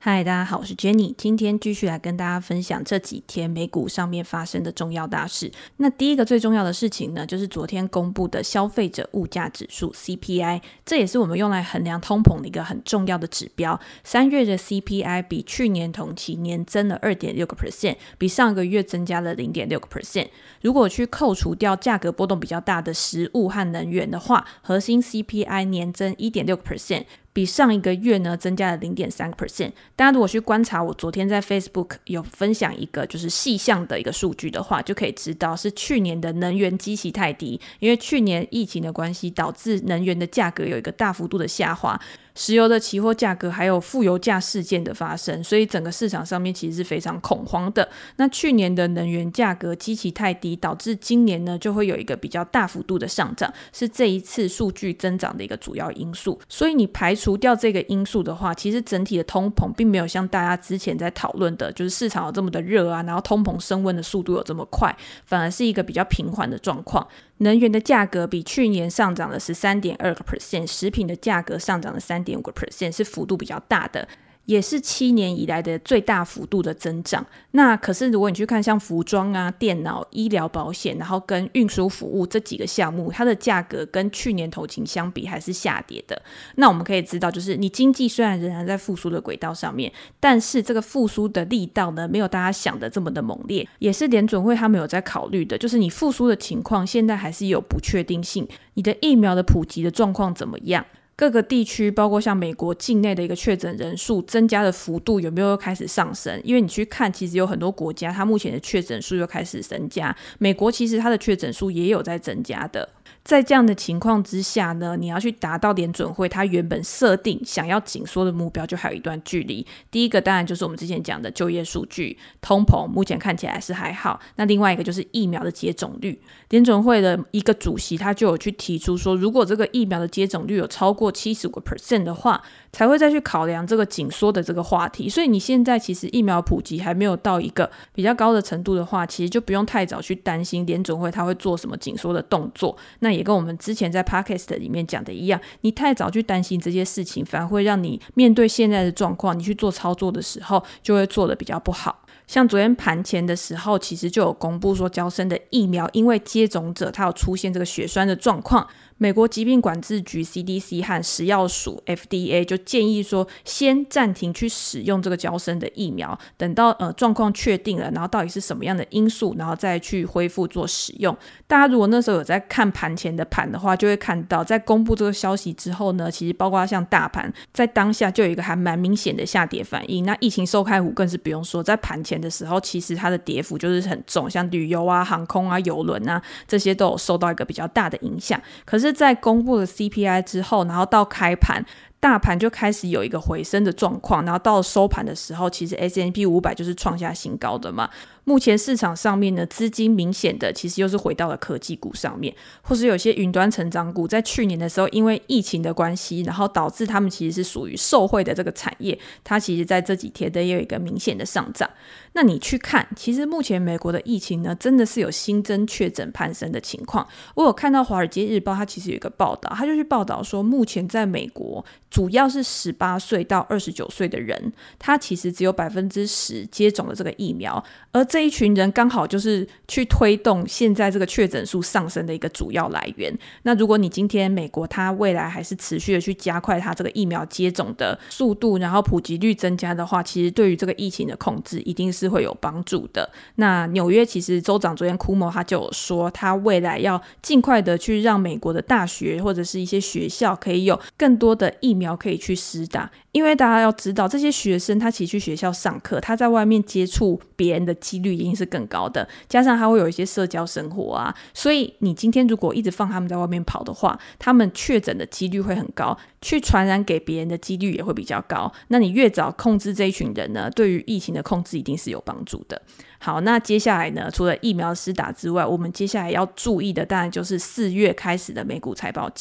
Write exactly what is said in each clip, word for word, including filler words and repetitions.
嗨，大家好，我是 Jenny， 今天继续来跟大家分享这几天美股上面发生的重要大事。那第一个最重要的事情呢，就是昨天公布的消费者物价指数 C P I， 这也是我们用来衡量通膨的一个很重要的指标。三月的 C P I 比去年同期年增了 百分之二点六， 比上个月增加了 百分之零点六。 如果去扣除掉价格波动比较大的食物和能源的话，核心 C P I 年增 百分之一点六，比上一个月呢增加了 百分之零点三。 大家如果去观察我昨天在 Facebook 有分享一个就是细项的一个数据的话，就可以知道是去年的能源基期太低，因为去年疫情的关系导致能源的价格有一个大幅度的下滑，石油的期货价格还有负油价事件的发生，所以整个市场上面其实是非常恐慌的。那去年的能源价格基期太低，导致今年呢就会有一个比较大幅度的上涨，是这一次数据增长的一个主要因素。所以你排除掉这个因素的话，其实整体的通膨并没有像大家之前在讨论的，就是市场有这么的热啊，然后通膨升温的速度有这么快，反而是一个比较平缓的状况。能源的价格比去年上涨了 百分之十三点二， 食品的价格上涨了 百分之三点五， 是幅度比较大的，也是七年以来的最大幅度的增长。那可是如果你去看像服装啊、电脑、医疗保险，然后跟运输服务这几个项目，它的价格跟去年同期相比还是下跌的。那我们可以知道，就是你经济虽然仍然在复苏的轨道上面，但是这个复苏的力道呢，没有大家想的这么的猛烈，也是联准会他们有在考虑的，就是你复苏的情况现在还是有不确定性，你的疫苗的普及的状况怎么样，各个地区包括像美国境内的一个确诊人数增加的幅度有没有开始上升，因为你去看其实有很多国家它目前的确诊数又开始增加，美国其实它的确诊数也有在增加的。在这样的情况之下呢，你要去达到联准会它原本设定想要紧缩的目标就还有一段距离。第一个当然就是我们之前讲的就业数据，通膨目前看起来是还好，那另外一个就是疫苗的接种率。联准会的一个主席他就有去提出说，如果这个疫苗的接种率有超过 百分之七十五 的话，才会再去考量这个紧缩的这个话题。所以你现在其实疫苗普及还没有到一个比较高的程度的话，其实就不用太早去担心联准会他会做什么紧缩的动作。那也跟我们之前在 Podcast 里面讲的一样，你太早去担心这些事情，反而会让你面对现在的状况，你去做操作的时候就会做得比较不好。像昨天盘前的时候，其实就有公布说嬌生的疫苗因为接种者他有出现这个血栓的状况，美国疾病管制局 C D C 和食药署 F D A 就建议说先暂停去使用这个嬌生的疫苗，等到呃状况确定了，然后到底是什么样的因素，然后再去恢复做使用。大家如果那时候有在看盘前的盘的话，就会看到在公布这个消息之后呢，其实包括像大盘在当下就有一个还蛮明显的下跌反应。那疫情受开户更是不用说，在盘前的时候其实它的跌幅就是很重，像旅游啊、航空啊、邮轮啊，这些都有受到一个比较大的影响。可是在公布了 C P I 之后，然后到开盘大盘就开始有一个回升的状况，然后到收盘的时候其实 S and P 五百 就是创下新高的嘛。目前市场上面呢，资金明显的其实又是回到了科技股上面，或是有些云端成长股在去年的时候因为疫情的关系，然后导致他们其实是属于受惠的这个产业，它其实在这几天的也有一个明显的上涨。那你去看其实目前美国的疫情呢，真的是有新增确诊攀升的情况。我有看到华尔街日报它其实有一个报道，它就去报道说目前在美国主要是十八岁到二十九岁的人，他其实只有 百分之十 接种了这个疫苗，而这一群人刚好就是去推动现在这个确诊数上升的一个主要来源。那如果你今天美国它未来还是持续的去加快它这个疫苗接种的速度，然后普及率增加的话，其实对于这个疫情的控制一定是会有帮助的。那纽约其实州长昨天库莫他就有说，他未来要尽快的去让美国的大学或者是一些学校可以有更多的疫苗可以去施打，因为大家要知道这些学生他其实去学校上课，他在外面接触别人的几率一定是更高的，加上他会有一些社交生活啊，所以你今天如果一直放他们在外面跑的话，他们确诊的几率会很高，去传染给别人的几率也会比较高。那你越早控制这一群人呢，对于疫情的控制一定是有帮助的。好，那接下来呢，除了疫苗施打之外，我们接下来要注意的当然就是四月开始的美股财报季，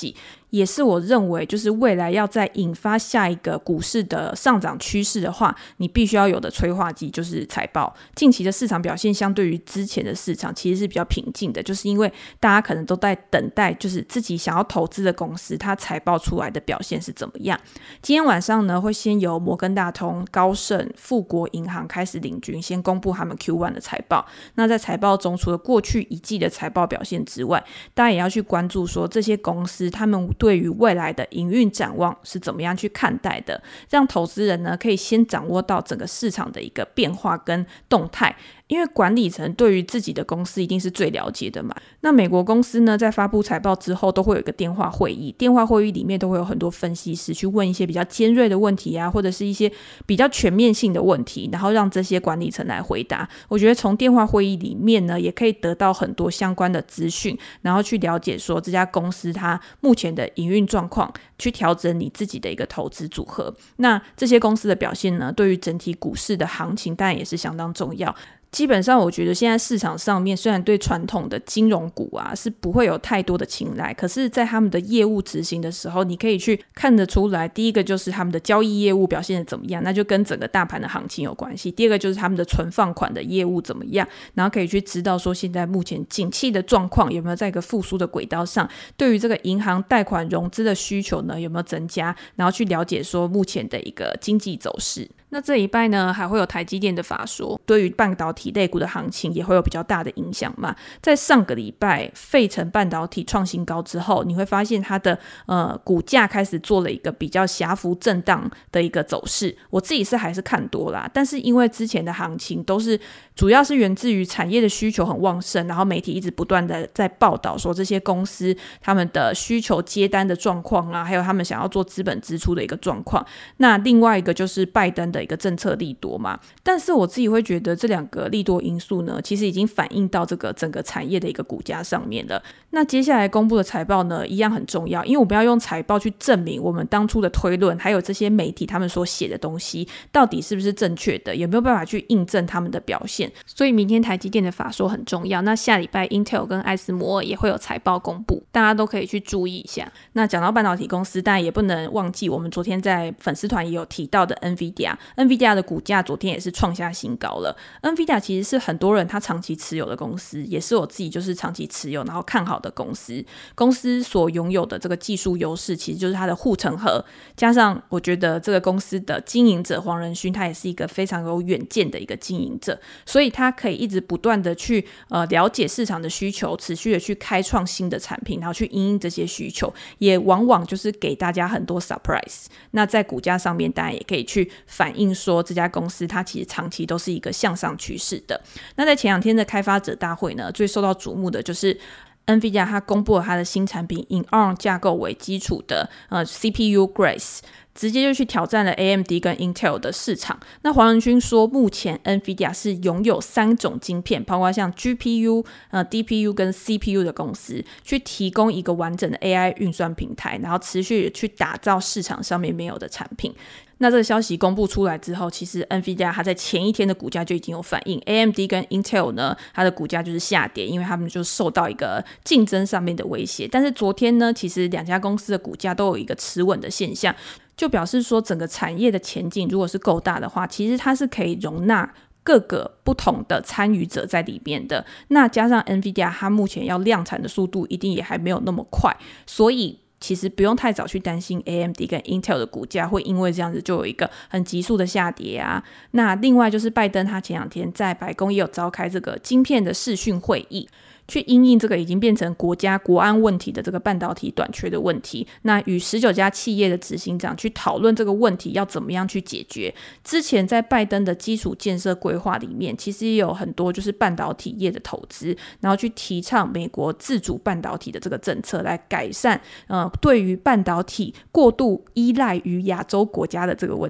也是我认为就是未来要再引发下一个股市的上涨趋势的话，你必须要有的催化剂就是财报。近期的市场表现相对于之前的市场其实是比较平静的，就是因为大家可能都在等待就是自己想要投资的公司它财报出来的表现是怎么样。今天晚上呢会先由摩根大通、高盛、富国银行开始领军，先公布他们 Q 一 的财报。那在财报中除了过去一季的财报表现之外，大家也要去关注说这些公司他们对于未来的营运展望是怎么样去看待的，让投资人呢可以先掌握到整个市场的一个变化跟动态。因为管理层对于自己的公司一定是最了解的嘛。那美国公司呢在发布财报之后都会有一个电话会议，电话会议里面都会有很多分析师去问一些比较尖锐的问题啊，或者是一些比较全面性的问题，然后让这些管理层来回答。我觉得从电话会议里面呢也可以得到很多相关的资讯，然后去了解说这家公司它目前的营运状况，去调整你自己的一个投资组合。那这些公司的表现呢对于整体股市的行情当然也是相当重要。基本上我觉得现在市场上面虽然对传统的金融股啊是不会有太多的青睐，可是在他们的业务执行的时候，你可以去看得出来，第一个就是他们的交易业务表现得怎么样，那就跟整个大盘的行情有关系。第二个就是他们的存放款的业务怎么样，然后可以去知道说现在目前景气的状况有没有在一个复苏的轨道上，对于这个银行贷款融资的需求呢有没有增加，然后去了解说目前的一个经济走势。那这一拜呢还会有台积电的法说，对于半导体类股的行情也会有比较大的影响嘛。在上个礼拜费城半导体创新高之后，你会发现它的呃股价开始做了一个比较狭幅震荡的一个走势。我自己是还是看多啦，但是因为之前的行情都是主要是源自于产业的需求很旺盛，然后媒体一直不断的在报道说这些公司他们的需求接单的状况啊，还有他们想要做资本支出的一个状况。那另外一个就是拜登的一个政策利多嘛，但是我自己会觉得这两个利多因素呢其实已经反映到这个整个产业的一个股价上面了。那接下来公布的财报呢一样很重要，因为我们要用财报去证明我们当初的推论还有这些媒体他们所写的东西到底是不是正确的，有没有办法去印证他们的表现。所以明天台积电的法说很重要，那下礼拜 Intel 跟艾斯摩尔也会有财报公布，大家都可以去注意一下。那讲到半导体公司，当然也不能忘记我们昨天在粉丝团也有提到的 NVIDIA NVIDIA 的股价昨天也是创下新高了。 NVIDIA 其实是很多人他长期持有的公司，也是我自己就是长期持有然后看好的公司。公司所拥有的这个技术优势其实就是它的护城河，加上我觉得这个公司的经营者黄仁勋他也是一个非常有远见的一个经营者，所以他可以一直不断的去呃了解市场的需求，持续的去开创新的产品，然后去因应这些需求，也往往就是给大家很多 surprise。 那在股价上面当然也可以去反映说这家公司它其实长期都是一个向上趋势的。那在前两天的开发者大会呢，最受到瞩目的就是NVIDIA 它公布了它的新产品，以 A R M 架构为基础的、呃、C P U Grace，直接就去挑战了 A M D 跟 Intel 的市场。那黄仁勋说目前 NVIDIA 是拥有三种晶片，包括像 G P U、呃、D P U 跟 C P U 的公司，去提供一个完整的 A I 运算平台，然后持续去打造市场上面没有的产品。那这个消息公布出来之后，其实 NVIDIA 它在前一天的股价就已经有反应， A M D 跟 Intel 呢它的股价就是下跌，因为他们就受到一个竞争上面的威胁。但是昨天呢其实两家公司的股价都有一个持稳的现象，就表示说整个产业的前景如果是够大的话，其实它是可以容纳各个不同的参与者在里面的。那加上 NVIDIA 它目前要量产的速度一定也还没有那么快，所以其实不用太早去担心 A M D 跟 Intel 的股价会因为这样子就有一个很急速的下跌啊。那另外就是拜登他前两天在白宫也有召开这个晶片的视讯会议，去因应这个已经变成国家国安问题的这个半导体短缺的问题，那与十九家企业的执行长去讨论这个问题要怎么样去解决。之前在拜登的基础建设规划里面其实也有很多就是半导体业的投资，然后去提倡美国自主半导体的这个政策，来改善呃对于半导体过度依赖于亚洲国家的这个问题。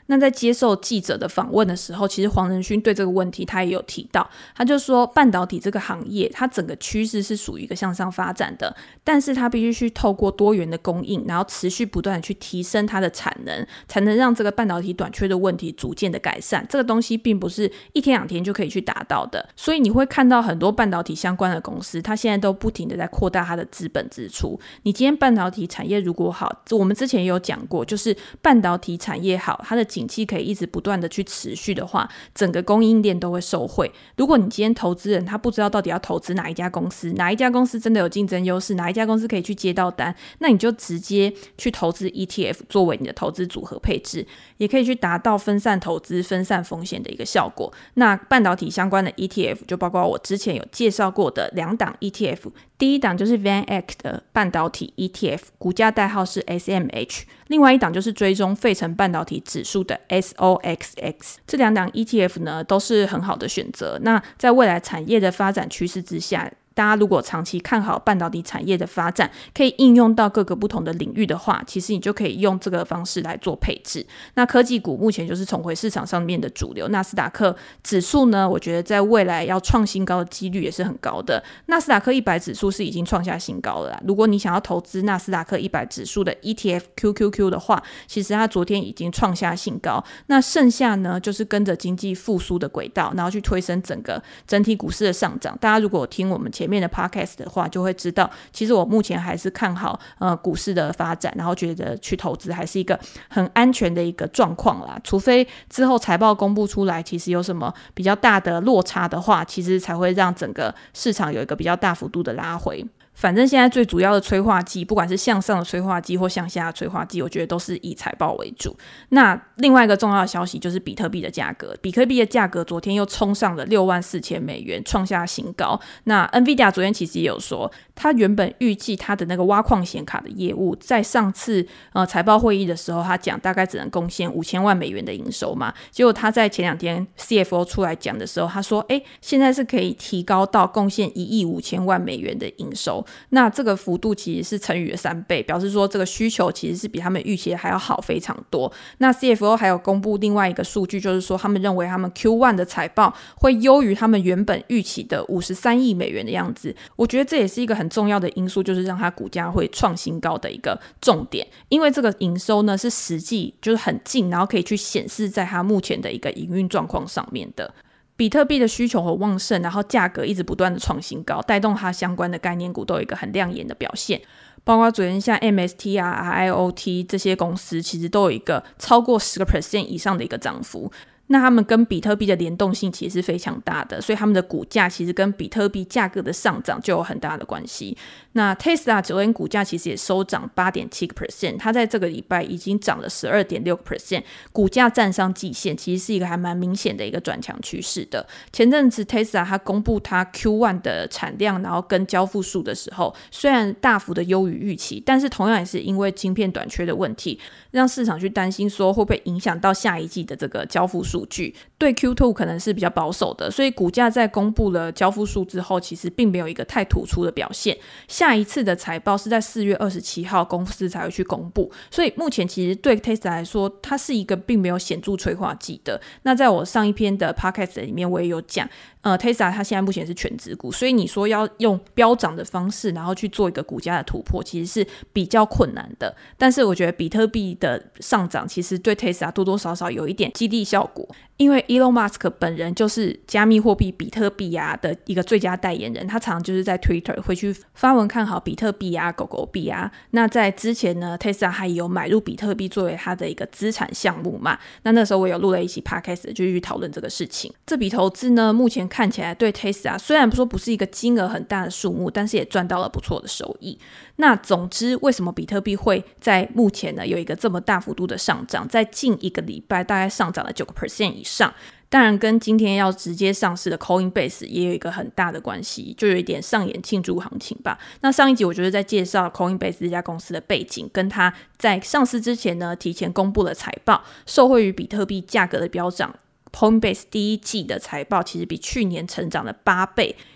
那在接受记者的访问的时候，其实黄仁勋对这个问题他也有提到，他就说半导体这个行业它整个趋势是属于一个向上发展的，但是它必须去透过多元的供应，然后持续不断的去提升它的产能，才能让这个半导体短缺的问题逐渐的改善。这个东西并不是一天两天就可以去达到的，所以你会看到很多半导体相关的公司，它现在都不停的在扩大它的资本支出。你今天半导体产业如果好，我们之前也有讲过，就是半导体产业好，它的景气可以一直不断的去持续的话，整个供应链都会受惠。如果你今天投资人他不知道到底要投资哪一家公司，哪一家公司真的有竞争优势，哪一家公司可以去接到单，那你就直接去投资 E T F 作为你的投资组合配置，也可以去达到分散投资分散风险的一个效果。那半导体相关的 E T F 就包括我之前有介绍过的两档 E T F， 第一档就是 V A N X 的半导体 E T F， 股价代号是 S M H， 另外一档就是追踪费城半导体指数的 S O X X。 这两档 E T F 呢都是很好的选择。那在未来产业的发展趋势之下，大家如果长期看好半导体产业的发展，可以应用到各个不同的领域的话，其实你就可以用这个方式来做配置。那科技股目前就是重回市场上面的主流，纳斯达克指数呢，我觉得在未来要创新高的几率也是很高的。纳斯达克一百指数是已经创下新高了啦，如果你想要投资纳斯达克一百指数的 E T F Q Q Q 的话，其实它昨天已经创下新高。那剩下呢就是跟着经济复苏的轨道，然后去推升整个整体股市的上涨。大家如果有听我们前面的 podcast 的话，就会知道其实我目前还是看好呃股市的发展，然后觉得去投资还是一个很安全的一个状况啦。除非之后财报公布出来，其实有什么比较大的落差的话，其实才会让整个市场有一个比较大幅度的拉回。反正现在最主要的催化剂，不管是向上的催化剂或向下的催化剂，我觉得都是以财报为主。那另外一个重要的消息就是比特币的价格，比特币的价格昨天又冲上了六万四千美元，创下新高。那 Nvidia 昨天其实也有说，他原本预计他的那个挖矿显卡的业务，在上次呃财报会议的时候，他讲大概只能贡献五千万美元的营收嘛，结果他在前两天 C F O 出来讲的时候，他说，哎，现在是可以提高到贡献一亿五千万美元的营收。那这个幅度其实是乘以了三倍，表示说这个需求其实是比他们预期的还要好非常多。那 C F O 还有公布另外一个数据，就是说他们认为他们 Q 一 的财报会优于他们原本预期的五十三亿美元的样子。我觉得这也是一个很重要的因素，就是让它股价会创新高的一个重点，因为这个营收呢是实际就是很近，然后可以去显示在它目前的一个营运状况上面的。比特币的需求很旺盛，然后价格一直不断的创新高，带动它相关的概念股都有一个很亮眼的表现。包括昨天像 M S T 啊 I O T 这些公司其实都有一个超过 百分之十 以上的一个涨幅。那他们跟比特币的联动性其实是非常大的，所以他们的股价其实跟比特币价格的上涨就有很大的关系。那 Tesla 昨天股价其实也收涨 百分之八点七， 它在这个礼拜已经涨了 百分之十二点六， 股价站上季线，其实是一个还蛮明显的一个转强趋势的。前阵子 Tesla 它公布它 Q 一 的产量然后跟交付数的时候，虽然大幅的优于预期，但是同样也是因为晶片短缺的问题，让市场去担心说会不会影响到下一季的这个交付数数据，对 Q 二 可能是比较保守的，所以股价在公布了交付数之后，其实并没有一个太突出的表现。下一次的财报是在四月二十七号公司才会去公布，所以目前其实对 Tesla 来说，它是一个并没有显著催化剂的。那在我上一篇的 podcast 里面我也有讲，呃 Tesla 它现在目前是全指股，所以你说要用飙涨的方式然后去做一个股价的突破，其实是比较困难的。但是我觉得比特币的上涨其实对 Tesla 多多少少有一点激励效果，因为 Elon Musk 本人就是加密货币比特币啊的一个最佳代言人，他常常就是在 Twitter 会去发文看好比特币啊狗狗币啊。那在之前呢 Tesla 还有买入比特币作为他的一个资产项目嘛，那那时候我有录了一期 podcast 就去讨论这个事情。这笔投资呢目前看起来对 Tesla 虽然说不是一个金额很大的数目，但是也赚到了不错的收益。那总之为什么比特币会在目前呢有一个这么大幅度的上涨，在近一个礼拜大概上涨了 百分之九 以上，当然跟今天要直接上市的 Coinbase 也有一个很大的关系，就有一点上演庆祝行情吧。那上一集我就是在介绍 Coinbase 这家公司的背景，跟它在上市之前呢提前公布了财报，受惠于比特币价格的飙涨，Coinbase 第一季的财报其实比去年成长了八倍，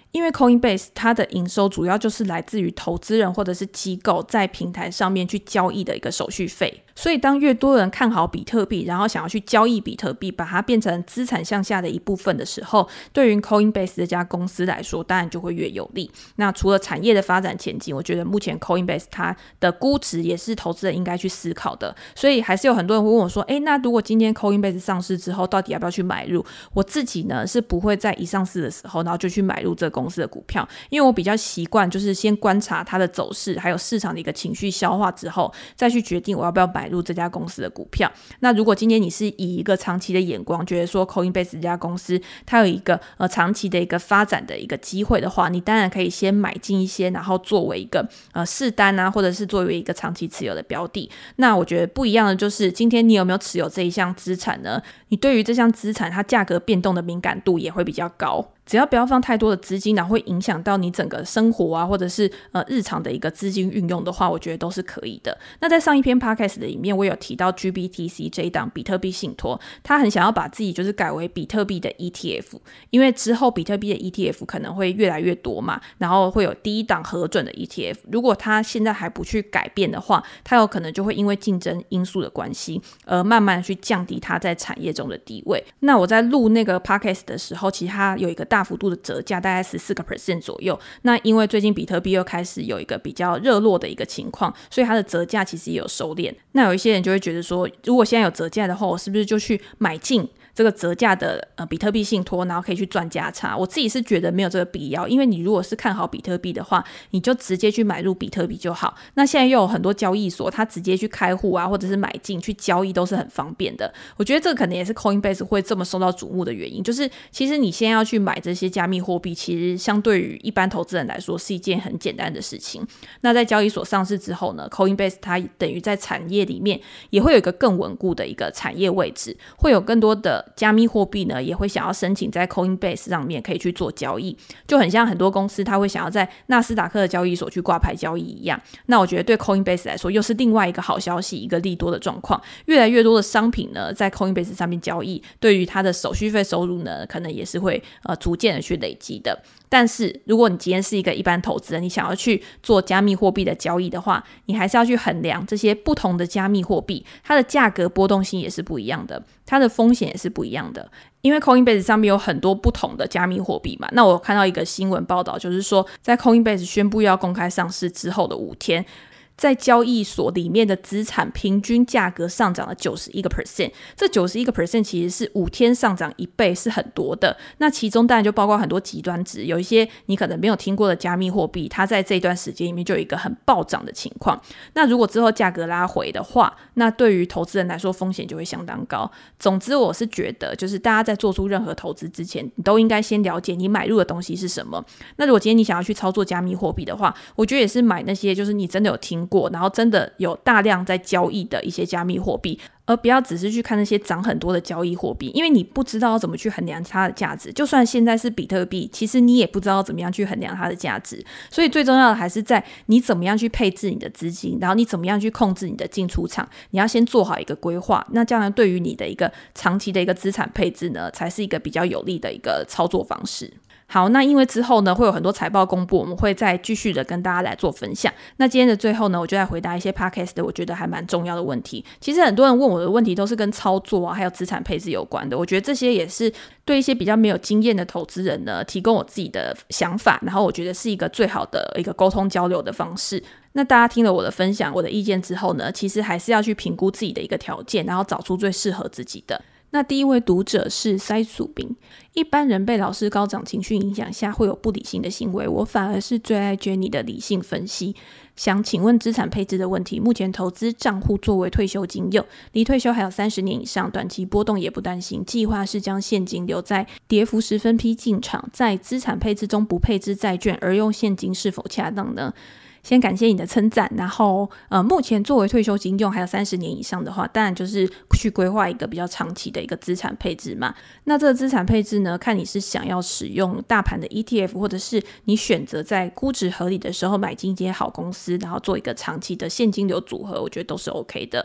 因为 Coinbase 它的营收主要就是来自于投资人或者是机构在平台上面去交易的一个手续费，所以当越多人看好比特币，然后想要去交易比特币，把它变成资产项下的一部分的时候，对于 Coinbase 这家公司来说当然就会越有利。那除了产业的发展前景，我觉得目前 Coinbase 它的估值也是投资人应该去思考的，所以还是有很多人会问我说，诶，那如果今天 Coinbase 上市之后到底要不要去买入？我自己呢是不会在一上市的时候然后就去买入这个公司的股票，因为我比较习惯就是先观察它的走势还有市场的一个情绪消化之后再去决定我要不要买入这家公司的股票。那如果今天你是以一个长期的眼光觉得说 Coinbase 这家公司它有一个呃长期的一个发展的一个机会的话，你当然可以先买进一些，然后作为一个呃试单啊，或者是作为一个长期持有的标的。那我觉得不一样的就是今天你有没有持有这一项资产呢？你对于这项资产它价格变动的敏感度也会比较高，只要不要放太多的资金，然后会影响到你整个生活啊，或者是呃日常的一个资金运用的话，我觉得都是可以的。那在上一篇 podcast 的里面，我有提到 G B T C 这一档比特币信托，他很想要把自己就是改为比特币的 E T F， 因为之后比特币的 E T F 可能会越来越多嘛，然后会有第一档核准的 E T F， 如果他现在还不去改变的话，他有可能就会因为竞争因素的关系而慢慢去降低他在产业中的地位。那我在录那个 podcast 的时候，其实它有一个大幅度的折价，大概 百分之十四 左右。那因为最近比特币又开始有一个比较热络的一个情况，所以它的折价其实也有收敛。那有一些人就会觉得说，如果现在有折价的话，我是不是就去买进这个折价的呃比特币信托，然后可以去赚价差？我自己是觉得没有这个必要，因为你如果是看好比特币的话，你就直接去买入比特币就好。那现在又有很多交易所，它直接去开户啊，或者是买进去交易都是很方便的。我觉得这个可能也是 Coinbase 会这么受到瞩目的原因，就是其实你先要去买这些加密货币，其实相对于一般投资人来说是一件很简单的事情。那在交易所上市之后呢， Coinbase 它等于在产业里面也会有一个更稳固的一个产业位置，会有更多的加密货币呢也会想要申请在 Coinbase 上面可以去做交易，就很像很多公司它会想要在纳斯达克的交易所去挂牌交易一样。那我觉得对 Coinbase 来说又是另外一个好消息，一个利多的状况。越来越多的商品呢在 Coinbase 上面交易，对于它的手续费收入呢可能也是会呃逐渐的去累积的。但是如果你今天是一个一般投资人，你想要去做加密货币的交易的话，你还是要去衡量这些不同的加密货币，它的价格波动性也是不一样的，它的风险也是不一样的。因为 Coinbase 上面有很多不同的加密货币嘛，那我看到一个新闻报道，就是说在 Coinbase 宣布要公开上市之后的五天，在交易所里面的资产平均价格上涨了 百分之九十一， 这 百分之九十一 其实是五天上涨一倍，是很多的。那其中当然就包括很多极端值，有一些你可能没有听过的加密货币，它在这一段时间里面就有一个很暴涨的情况。那如果之后价格拉回的话，那对于投资人来说风险就会相当高。总之我是觉得就是大家在做出任何投资之前，你都应该先了解你买入的东西是什么。那如果今天你想要去操作加密货币的话，我觉得也是买那些就是你真的有听过，然后真的有大量在交易的一些加密货币，而不要只是去看那些涨很多的交易货币，因为你不知道怎么去衡量它的价值。就算现在是比特币，其实你也不知道怎么样去衡量它的价值。所以最重要的还是在你怎么样去配置你的资金，然后你怎么样去控制你的进出场，你要先做好一个规划，那这样对于你的一个长期的一个资产配置呢，才是一个比较有利的一个操作方式。好，那因为之后呢会有很多财报公布，我们会再继续的跟大家来做分享。那今天的最后呢，我就来回答一些 podcast 的我觉得还蛮重要的问题。其实很多人问我的问题都是跟操作啊还有资产配置有关的，我觉得这些也是对一些比较没有经验的投资人呢提供我自己的想法，然后我觉得是一个最好的一个沟通交流的方式。那大家听了我的分享我的意见之后呢，其实还是要去评估自己的一个条件，然后找出最适合自己的。那第一位读者是塞薯饼，一般人被老师高涨情绪影响下会有不理性的行为，我反而是最爱 Jenny 的理性分析。想请问资产配置的问题，目前投资账户作为退休金用，离退休还有三十年以上，短期波动也不担心，计划是将现金留在跌幅时分批进场，在资产配置中不配置债券而用现金是否恰当呢？先感谢你的称赞，然后呃，目前作为退休金用还有三十年以上的话，当然就是去规划一个比较长期的一个资产配置嘛。那这个资产配置呢，看你是想要使用大盘的 E T F， 或者是你选择在估值合理的时候买进一些好公司，然后做一个长期的现金流组合，我觉得都是 OK 的。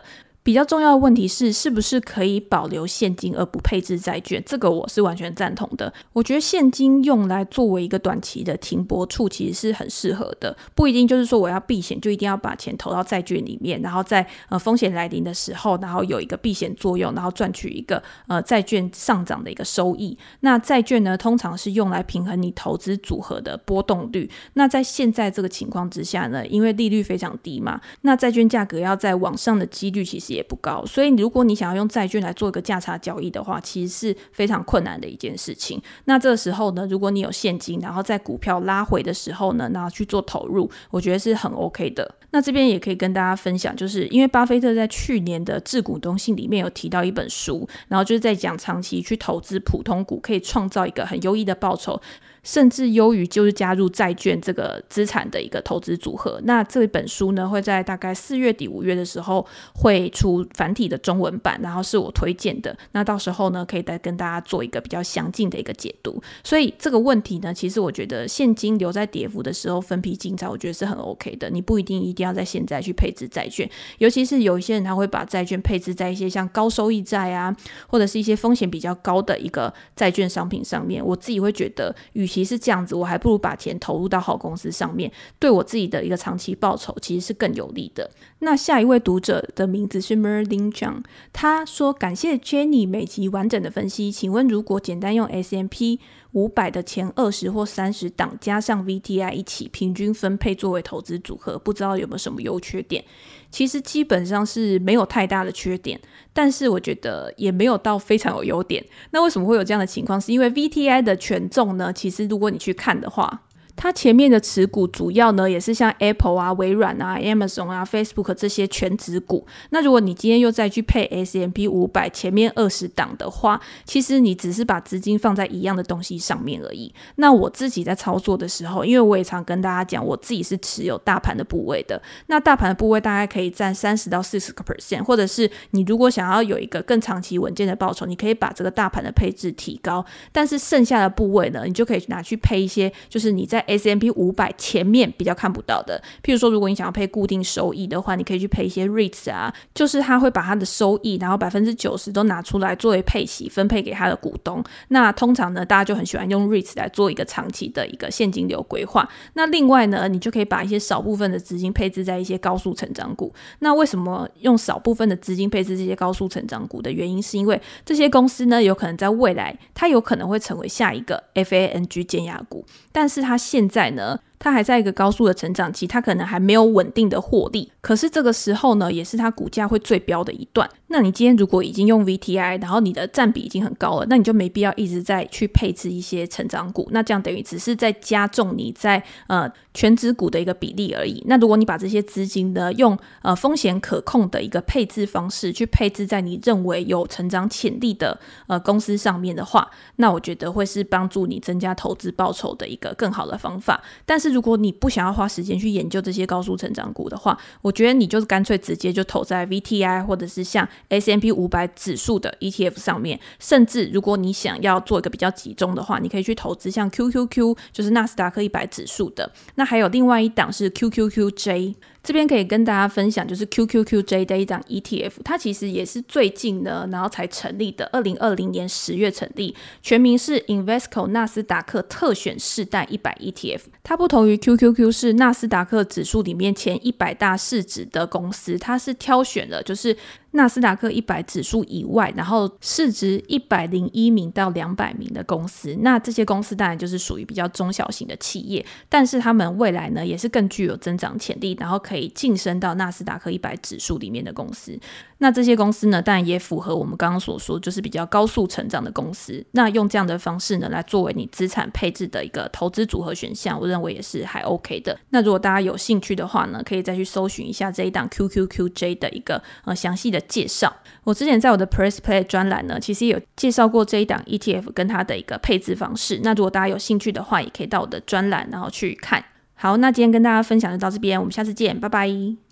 比较重要的问题是，是不是可以保留现金而不配置债券？这个我是完全赞同的。我觉得现金用来作为一个短期的停泊处，其实是很适合的，不一定就是说我要避险就一定要把钱投到债券里面，然后在呃风险来临的时候，然后有一个避险作用，然后赚取一个呃债券上涨的一个收益。那债券呢，通常是用来平衡你投资组合的波动率。那在现在这个情况之下呢，因为利率非常低嘛，那债券价格要在往上的几率其实也不高，所以如果你想要用债券来做一个价差交易的话，其实是非常困难的一件事情。那这个时候呢，如果你有现金，然后在股票拉回的时候呢，然后去做投入，我觉得是很 OK 的。那这边也可以跟大家分享，就是因为巴菲特在去年的致股东信里面有提到一本书，然后就是在讲长期去投资普通股可以创造一个很优异的报酬，甚至优于就是加入债券这个资产的一个投资组合。那这本书呢，会在大概四月底五月的时候会出繁体的中文版，然后是我推荐的，那到时候呢可以再跟大家做一个比较详尽的一个解读。所以这个问题呢，其实我觉得现金留在跌幅的时候分批进场，我觉得是很 OK 的，你不一定一定要在现在去配置债券，尤其是有一些人他会把债券配置在一些像高收益债啊，或者是一些风险比较高的一个债券商品上面。我自己会觉得与其是这样子，我还不如把钱投入到好公司上面，对我自己的一个长期报酬其实是更有利的。那下一位读者的名字是 Merlin Zhang， 他说感谢 Jenny 每集完整的分析，请问如果简单用 S and P 五百的前二十或三十档加上 V T I 一起平均分配作为投资组合，不知道有没有什么优缺点？其实基本上是没有太大的缺点，但是我觉得也没有到非常有优点。那为什么会有这样的情况？是因为 V T I 的权重呢，其实如果你去看的话，它前面的持股主要呢也是像 Apple 啊、微软啊、Amazon 啊、Facebook 这些全指股。那如果你今天又再去配 S and P 五百 前面二十档的话，其实你只是把资金放在一样的东西上面而已。那我自己在操作的时候，因为我也常跟大家讲，我自己是持有大盘的部位的。那大盘的部位大概可以占 百分之三十到百分之四十， 或者是你如果想要有一个更长期稳健的报酬，你可以把这个大盘的配置提高，但是剩下的部位呢，你就可以拿去配一些就是你在S and P 五百 前面比较看不到的。譬如说如果你想要配固定收益的话，你可以去配一些 REITs 啊，就是他会把他的收益然后 百分之九十 都拿出来作为配息分配给他的股东。那通常呢大家就很喜欢用 REITs 来做一个长期的一个现金流规划。那另外呢，你就可以把一些少部分的资金配置在一些高速成长股。那为什么用少部分的资金配置这些高速成长股的原因，是因为这些公司呢有可能在未来它有可能会成为下一个 F A N G 尖牙股，但是它现在呢它还在一个高速的成长期，它可能还没有稳定的获利，可是这个时候呢也是它股价会最飙的一段。那你今天如果已经用 V T I， 然后你的占比已经很高了，那你就没必要一直在去配置一些成长股，那这样等于只是在加重你在呃全指股的一个比例而已。那如果你把这些资金呢用呃风险可控的一个配置方式去配置在你认为有成长潜力的呃公司上面的话，那我觉得会是帮助你增加投资报酬的一个更好的方法。但是如果你不想要花时间去研究这些高速成长股的话，我觉得你就干脆直接就投在 V T I 或者是像 S and P 五百 指数的 E T F 上面。甚至如果你想要做一个比较集中的话，你可以去投资像 Q Q Q， 就是纳斯达克一百指数的。那还有另外一档是 Q Q Q J，这边可以跟大家分享，就是 Q Q Q J 的一档 E T F， 它其实也是最近呢然后才成立的，二零二零年十月成立，全名是 Invesco 纳斯达克特选世代一百 E T F。 它不同于 Q Q Q 是纳斯达克指数里面前一百大市值的公司，它是挑选了就是纳斯达克一百指数以外，然后市值一百零一名到两百名的公司。那这些公司当然就是属于比较中小型的企业，但是他们未来呢也是更具有增长潜力，然后可以晋升到纳斯达克一百指数里面的公司。那这些公司呢当然也符合我们刚刚所说就是比较高速成长的公司。那用这样的方式呢来作为你资产配置的一个投资组合选项，我认为也是还 OK 的。那如果大家有兴趣的话呢，可以再去搜寻一下这一档 Q Q Q J 的一个呃详细的介绍。我之前在我的 Press Play 专栏呢其实也有介绍过这一档 E T F 跟它的一个配置方式，那如果大家有兴趣的话也可以到我的专栏然后去看。好，那今天跟大家分享就到这边，我们下次见，拜拜。